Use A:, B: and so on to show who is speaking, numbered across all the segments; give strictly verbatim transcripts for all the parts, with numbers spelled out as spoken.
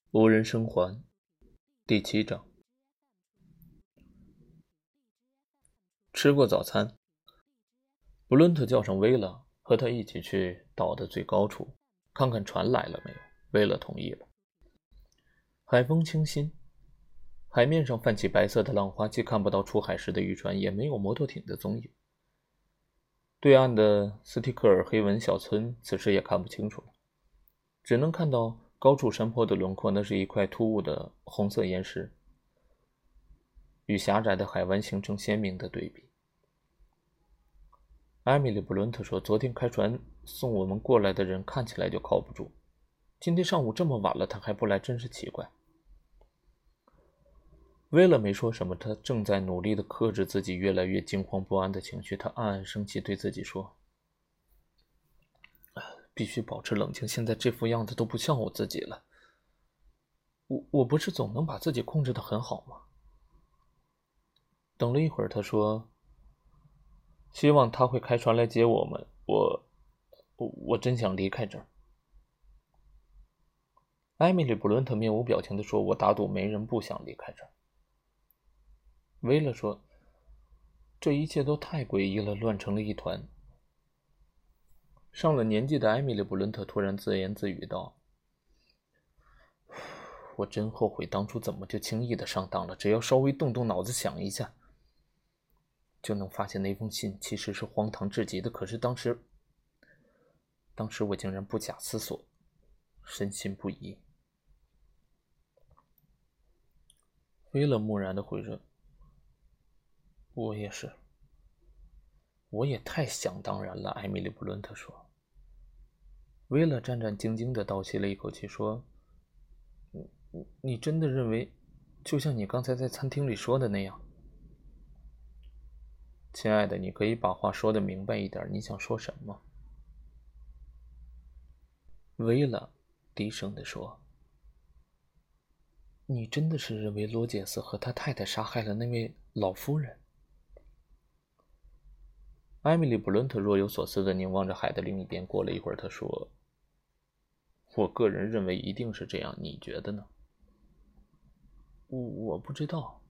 A: 无人生还第七章。吃过早餐，布伦特叫上威勒，和他一起去岛的最高处，看看船来了没有。威勒同意了。海风清新，海面上泛起白色的浪花，既看不到出海时的渔船，也没有摩托艇的踪影。对岸的斯蒂克尔黑纹小村此时也看不清楚了，只能看到高处山坡的轮廓，那是一块突兀的红色岩石，与狭窄的海湾形成鲜明的对比。艾米丽·布伦特说，昨天开船送我们过来的人看起来就靠不住，今天上午这么晚了他还不来，真是奇怪。威勒没说什么，他正在努力地克制自己越来越惊慌不安的情绪。他暗暗生气，对自己说，必须保持冷静，现在这副样子都不像我自己了。我我不是总能把自己控制得很好吗？等了一会儿，他说，希望他会开船来接我们，我我我真想离开这儿。艾米丽·布伦特面无表情地说，我打赌没人不想离开这儿。威勒说，这一切都太诡异了，乱成了一团。上了年纪的艾米丽·布伦特突然自言自语道，我真后悔当初怎么就轻易的上当了，只要稍微动动脑子想一下，就能发现那封信其实是荒唐至极的。可是当时当时我竟然不假思索，深信不疑。威勒木然地回着，我也是，我也太想当然了。艾米丽·布伦特说。威勒战战兢兢地倒吸了一口气，说，你真的认为就像你刚才在餐厅里说的那样？亲爱的，你可以把话说得明白一点，你想说什么？威勒低声地说，你真的是认为罗杰斯和他太太杀害了那位老夫人？艾米丽·布伦特若有所思地凝望着海的另一边，过了一会儿，她说，我个人认为一定是这样，你觉得呢？我我不知道。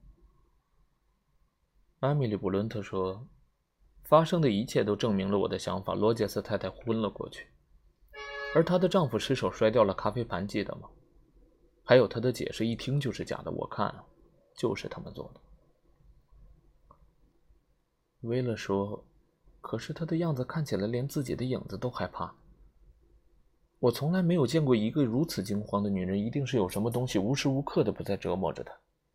A: 艾米丽·布伦特说，发生的一切都证明了我的想法，罗杰斯太太昏了过去，而她的丈夫失手摔掉了咖啡盘，记得吗？还有她的解释一听就是假的，我看就是他们做的。威勒说，可是她的样子看起来连自己的影子都害怕。我从来没有见过一个如此惊慌的女人，一定是有什么东西无时无刻的不在折磨着她。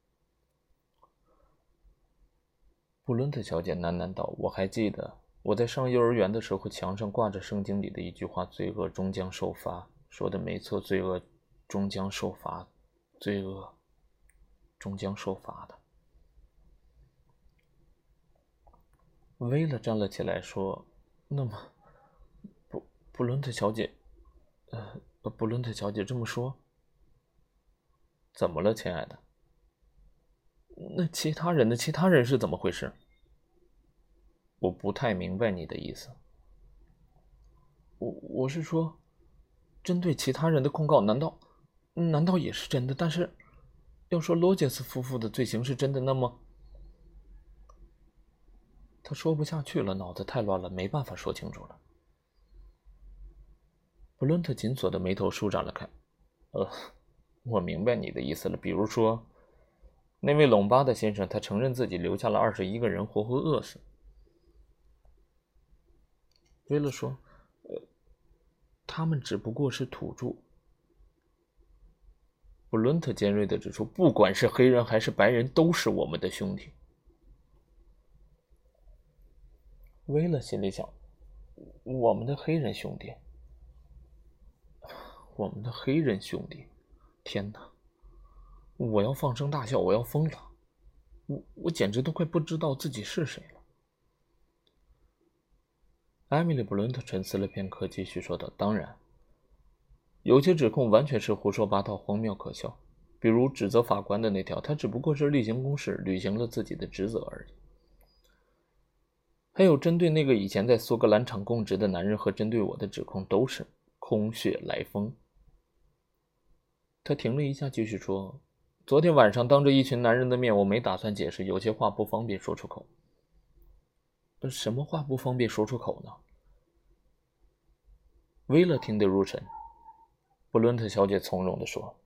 A: 布伦特小姐喃喃道，我还记得我在上幼儿园的时候，墙上挂着圣经里的一句话，罪恶终将受罚。说的没错，罪恶终将受罚，罪恶终将受罚的。威勒站了起来说，那么布布伦特小姐呃布伦特小姐这么说，怎么了，亲爱的？那其他人的其他人是怎么回事？我不太明白你的意思。我我是说，针对其他人的控告，难道难道也是真的？但是，要说罗杰斯夫妇的罪行是真的，那么他说不下去了，脑子太乱了，没办法说清楚了。布伦特紧锁的眉头舒展了开。呃，我明白你的意思了。比如说，那位隆巴的先生，他承认自己留下了二十一个人活活饿死。威勒说，呃，他们只不过是土著。布伦特尖锐地指出，不管是黑人还是白人，都是我们的兄弟。威勒心里想，我们的黑人兄弟，我们的黑人兄弟，天哪！我要放声大笑，我要疯了，我我简直都快不知道自己是谁了。艾米丽·布伦特沉思了片刻，继续说道，当然，有些指控完全是胡说八道，荒谬可笑，比如指责法官的那条，他只不过是例行公事，履行了自己的职责而已。还有针对那个以前在苏格兰场供职的男人和针对我的指控，都是空穴来风。 他停了一下，继续说：“昨天晚上当着一群男人的面，我没打算解释，有些话不方便说出口。”“什么话不方便说出口呢？”威勒听得入神。布伦特小姐从容地说：“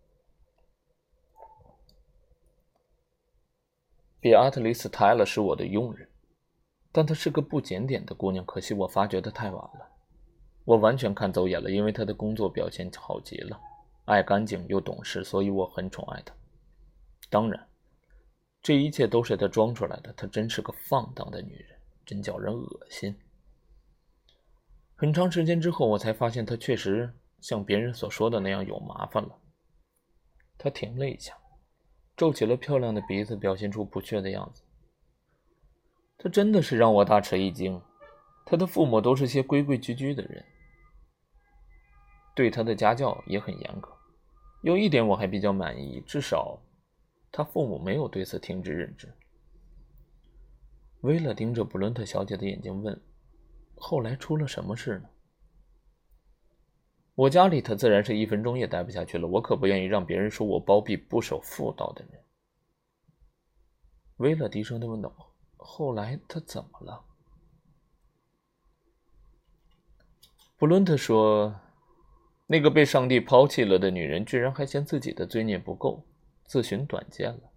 A: 比阿特里斯·泰勒是我的佣人，但她是个不检点的姑娘，可惜我发觉得太晚了。我完全看走眼了，因为她的工作表现好极了，爱干净又懂事，所以我很宠爱她。当然，这一切都是她装出来的，她真是个放荡的女人，真叫人恶心。很长时间之后，我才发现她确实像别人所说的那样有麻烦了。”她停了一下，皱起了漂亮的鼻子，表现出不屑的样子。“她真的是让我大吃一惊。她的父母都是些规规矩矩的人，对她的家教也很严格。有一点我还比较满意，至少她父母没有对此停止忍知。”威勒盯着布伦特小姐的眼睛问：“后来出了什么事呢？”“我家里她自然是一分钟也待不下去了，我可不愿意让别人说我包庇不守妇道的人。”威勒低声地问道：“后来她怎么了？”布伦特说：“那个被上帝抛弃了的女人，居然还嫌自己的罪孽不够，自寻短见了。”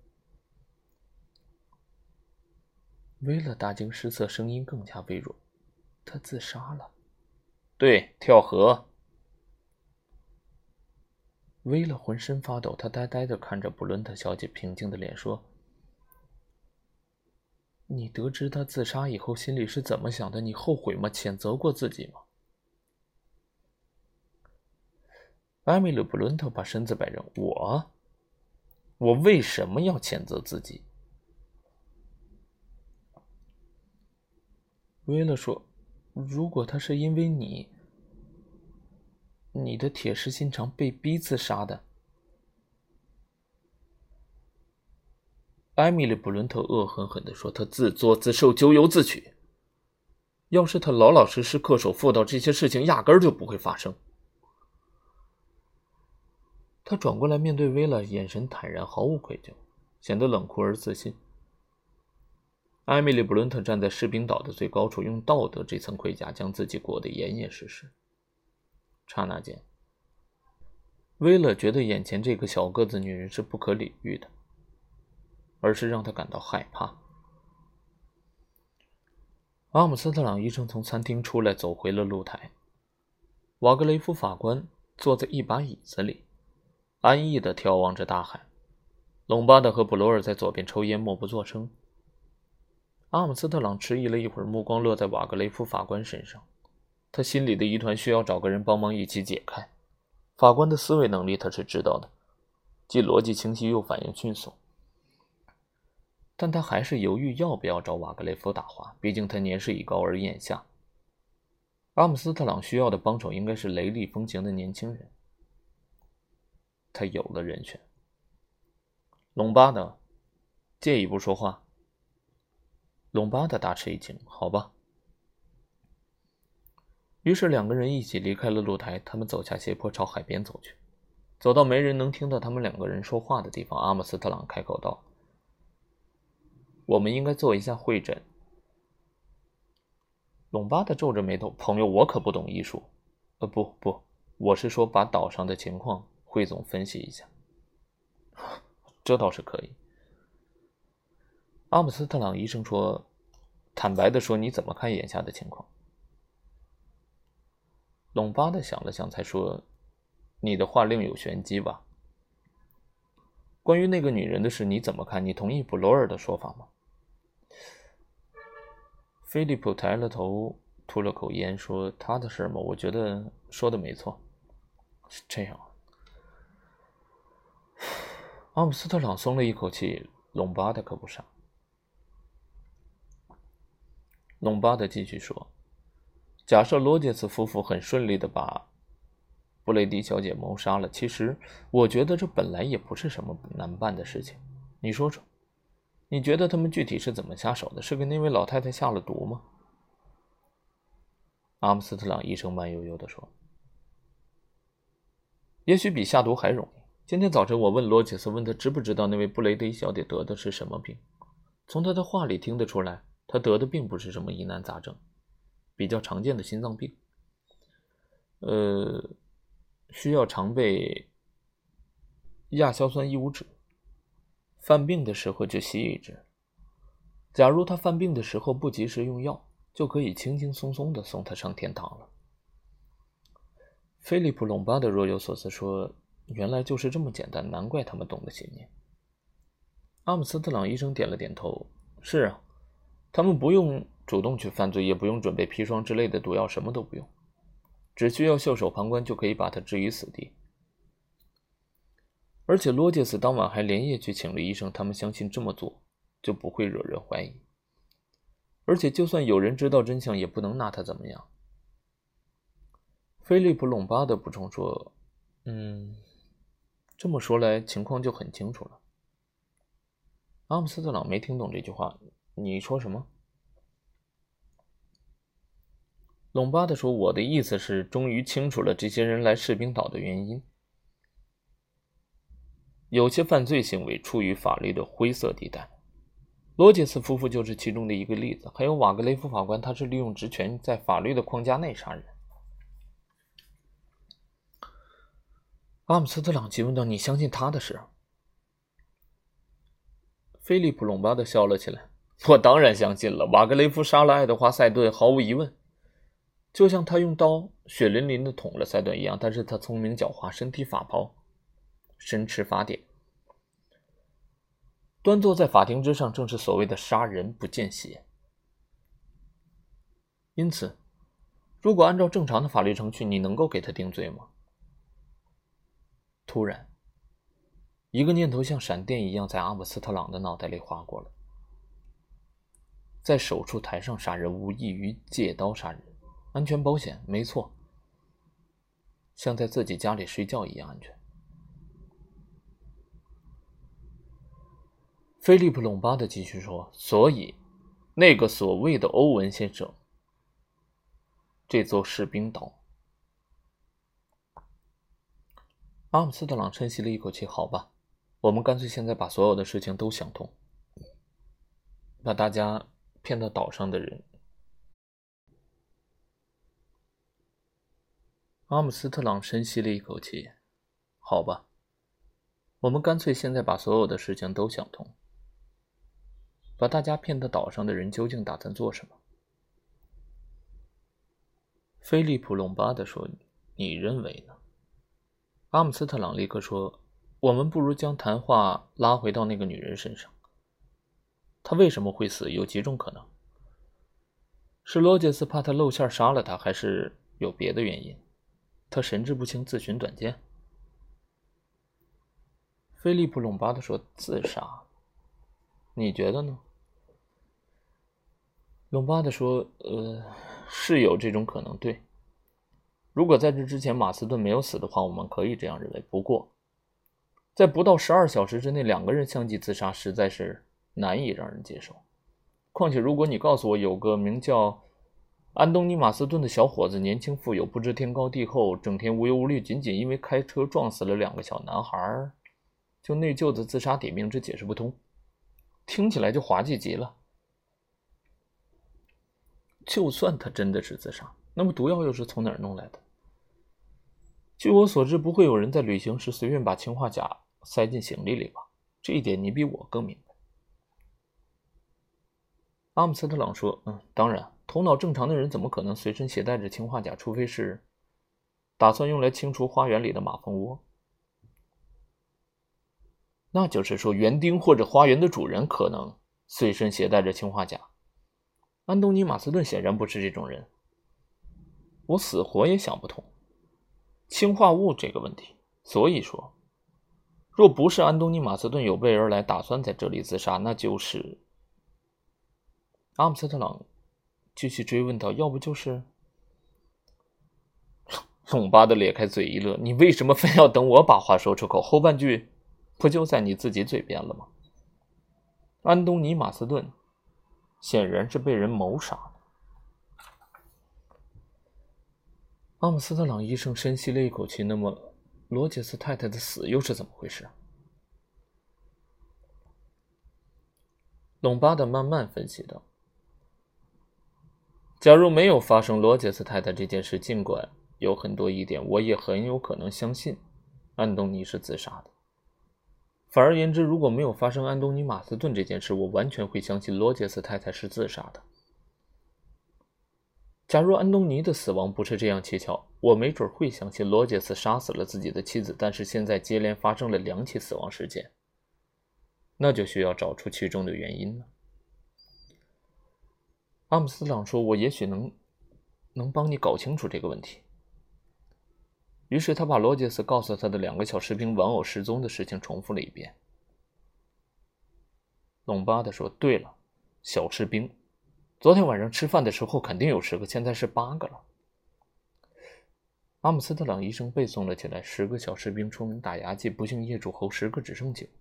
A: 威勒大惊失色，声音更加微弱：“她自杀了？”“对，跳河。”威勒浑身发抖，他呆呆地看着布伦特小姐平静的脸，说：“你得知她自杀以后，心里是怎么想的？你后悔吗？谴责过自己吗？”艾米丽·布伦特把身子摆正：“我？我为什么要谴责自己？”威勒说：“如果他是因为你，你的铁石心肠被逼自杀的。”艾米丽·布伦特恶狠狠地说：“他自作自受，咎由自取。要是他老老实实恪守妇道，这些事情压根儿就不会发生。”他转过来面对威勒，眼神坦然，毫无愧疚，显得冷酷而自信。艾米丽·布伦特站在士兵岛的最高处，用道德这层盔甲将自己裹得严严实实。刹那间，威勒觉得眼前这个小个子女人是不可理喻的，而是让他感到害怕。阿姆斯特朗医生从餐厅出来，走回了露台。瓦格雷夫法官坐在一把椅子里，安逸地眺望着大海。隆巴德和布罗尔在左边抽烟，默不作声。阿姆斯特朗迟疑了一会儿，目光落在瓦格雷夫法官身上。他心里的疑团需要找个人帮忙一起解开。法官的思维能力他是知道的，既逻辑清晰又反应迅速。但他还是犹豫要不要找瓦格雷夫打话，毕竟他年事已高而眼下。阿姆斯特朗需要的帮手应该是雷厉风行的年轻人。他有了人选。隆巴德，借一步说话。隆巴德大吃一惊，好吧。于是两个人一起离开了露台，他们走下斜坡朝海边走去。走到没人能听到他们两个人说话的地方，阿姆斯特朗开口道：“我们应该做一下会诊。”隆巴德皱着眉头：“朋友，我可不懂艺术。呃，不不，我是说把岛上的情况汇总分析一下。”这倒是可以。阿姆斯特朗医生说：“坦白地说，你怎么看眼下的情况？”隆巴德想了想，才说：“你的话另有玄机吧？关于那个女人的事，你怎么看？你同意布罗尔的说法吗？”菲利普抬了头，吐了口烟，说：“他的事吗？我觉得说的没错。”是这样。阿姆斯特朗松了一口气，隆巴德可不傻。隆巴德继续说：“假设罗杰斯夫妇很顺利地把布雷迪小姐谋杀了，其实我觉得这本来也不是什么难办的事情。你说说，你觉得他们具体是怎么下手的？是给那位老太太下了毒吗？”阿姆斯特朗医生慢悠悠地说：“也许比下毒还容易。 今天早晨我问罗杰斯，问他知不知道那位布雷德小姐得的是什么病。从他的话里听得出来，他得的并不是什么疑难杂症，比较常见的心脏病。呃，需要常备亚硝酸异物酯，犯病的时候就吸一支。假如他犯病的时候不及时用药，就可以轻轻松松地送他上天堂了。菲利普·隆巴德若有所思说，原来就是这么简单，难怪他们懂得信念。阿姆斯特朗医生点了点头，是啊，他们不用主动去犯罪，也不用准备砒霜之类的毒药，什么都不用，只需要袖手旁观就可以把他置于死地。而且罗杰斯当晚还连夜去请了医生，他们相信这么做就不会惹人怀疑，而且就算有人知道真相，也不能拿他怎么样。菲利普·隆巴德补充说，嗯，这么说来情况就很清楚了。阿姆斯特朗没听懂这句话，你说什么？隆巴德说，我的意思是终于清楚了这些人来士兵岛的原因。有些犯罪行为处于法律的灰色地带，罗杰斯夫妇就是其中的一个例子，还有瓦格雷夫法官，他是利用职权在法律的框架内杀人。阿姆斯特朗急问道，你相信他的事？菲利普·隆巴德笑了起来，我当然相信了，瓦格雷夫杀了爱德华·塞顿，毫无疑问，就像他用刀血淋淋地捅了塞顿一样，但是他聪明狡猾，身体法包，身持法典，端坐在法庭之上，正是所谓的杀人不见血。因此，如果按照正常的法律程序，你能够给他定罪吗？突然，一个念头像闪电一样在阿姆斯特朗的脑袋里划过了。在手术台上杀人无异于借刀杀人，安全保险，没错，像在自己家里睡觉一样安全。菲利普·隆巴德继续说，所以那个所谓的欧文先生，这座士兵岛。阿姆斯特朗深吸了一口气，好吧，我们干脆现在把所有的事情都想通，把大家骗到岛上的人。阿姆斯特朗深吸了一口气，好吧，我们干脆现在把所有的事情都想通，把大家骗到岛上的人究竟打算做什么？菲利普·隆巴德说，你认为呢？阿姆斯特朗立刻说，我们不如将谈话拉回到那个女人身上。她为什么会死？有几种可能。是罗杰斯怕他露馅杀了他，还是有别的原因？他神志不清，自寻短见。菲利普·隆巴德说，自杀。你觉得呢？隆巴德说，呃，是有这种可能，对。如果在这之前马斯顿没有死的话，我们可以这样认为。不过，在不到十二小时之内，两个人相继自杀，实在是难以让人接受。况且，如果你告诉我有个名叫安东尼·马斯顿的小伙子，年轻富有，不知天高地厚，整天无忧无虑，仅仅因为开车撞死了两个小男孩，就内疚的自杀抵命，这解释不通，听起来就滑稽极了。就算他真的是自杀，那么毒药又是从哪儿弄来的？据我所知，不会有人在旅行时随便把氰化钾塞进行李里吧？这一点你比我更明白。阿姆斯特朗说，嗯，当然，头脑正常的人怎么可能随身携带着氰化钾，除非是打算用来清除花园里的马蜂窝。那就是说，园丁或者花园的主人可能随身携带着氰化钾。安东尼·马斯顿显然不是这种人，我死活也想不通氰化物这个问题。所以说，若不是安东尼·马斯顿有备而来，打算在这里自杀，那就是阿姆斯特朗继续追问道，要不就是隆巴德咧开嘴一乐，你为什么非要等我把话说出口？后半句不就在你自己嘴边了吗？安东尼·马斯顿显然是被人谋杀的。阿姆斯特朗医生深吸了一口气，那么罗杰斯太太的死又是怎么回事？隆巴德慢慢分析道：假如没有发生罗杰斯太太这件事，尽管有很多疑点，我也很有可能相信安东尼是自杀的。反而言之，如果没有发生安东尼马斯顿这件事，我完全会相信罗杰斯太太是自杀的。假如安东尼的死亡不是这样蹊跷，我没准会相信罗杰斯杀死了自己的妻子，但是现在接连发生了两起死亡事件，那就需要找出其中的原因了。阿姆斯特朗说：“我也许能能帮你搞清楚这个问题。”于是他把罗杰斯告诉他的两个小士兵玩偶失踪的事情重复了一遍。隆巴德说：“对了，小士兵，昨天晚上吃饭的时候肯定有十个，现在是八个了。”阿姆斯特朗医生背诵了起来：“十个小士兵出门打牙祭，不幸业主后十个只剩九。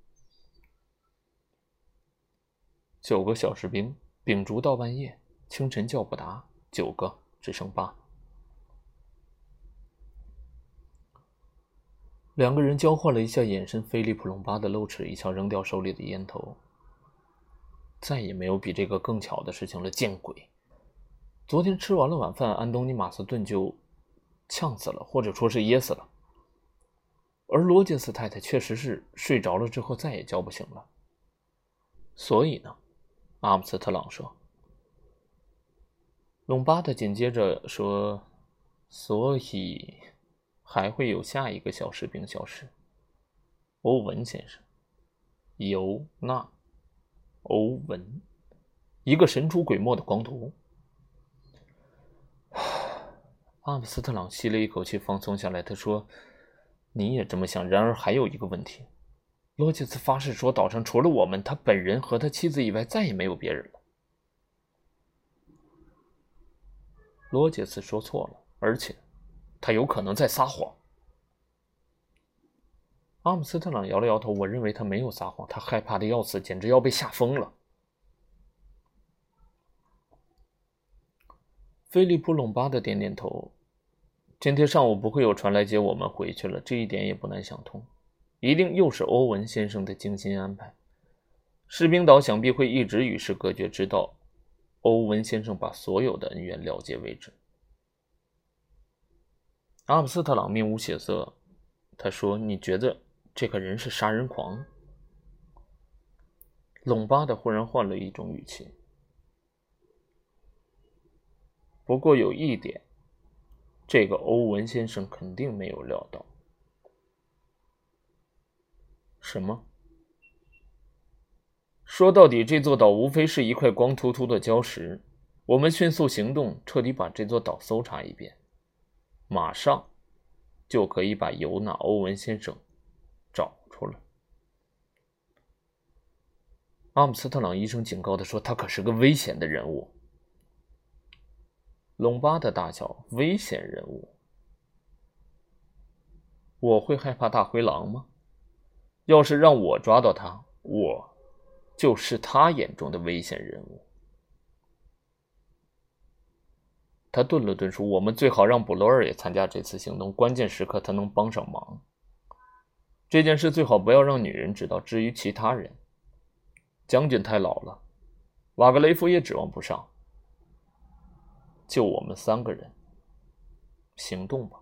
A: 九个小士兵秉烛到半夜，清晨叫不答，九个只剩八。”两个人交换了一下眼神，菲利普·隆巴德露齿一笑，扔掉手里的烟头。再也没有比这个更巧的事情了，见鬼！昨天吃完了晚饭，安东尼·马斯顿就呛死了，或者说是噎死了。而罗杰斯太太确实是睡着了之后再也叫不醒了。所以呢，阿姆斯特朗说。隆巴德紧接着说：“所以还会有下一个小士兵消失，欧文先生，尤纳，欧文，一个神出鬼没的光头。”阿姆斯特朗吸了一口气，放松下来。他说：“你也这么想？然而还有一个问题，罗杰斯发誓说，岛上除了我们，他本人和他妻子以外，再也没有别人了。”罗杰斯说错了，而且他有可能在撒谎。阿姆斯特朗摇了摇头：“我认为他没有撒谎，他害怕的要死，简直要被吓疯了。”菲利普·隆巴德点点头：“今天上午不会有船来接我们回去了，这一点也不难想通，一定又是欧文先生的精心安排。士兵岛想必会一直与世隔绝，直到欧文先生把所有的恩怨了结为止。”阿姆斯特朗面无血色，他说：“你觉得这个人是杀人狂？”隆巴德忽然换了一种语气：“不过有一点，这个欧文先生肯定没有料到。”“什么？”“说到底，这座岛无非是一块光秃秃的礁石。我们迅速行动，彻底把这座岛搜查一遍，马上就可以把尤纳·欧文先生找出来。”阿姆斯特朗医生警告地说：“他可是个危险的人物。”隆巴德大笑：“危险人物？我会害怕大灰狼吗？要是让我抓到他，我就是他眼中的危险人物。”他顿了顿说：“我们最好让布罗尔也参加这次行动，关键时刻他能帮上忙。这件事最好不要让女人知道，至于其他人，将军太老了，瓦格雷夫也指望不上。就我们三个人，行动吧。”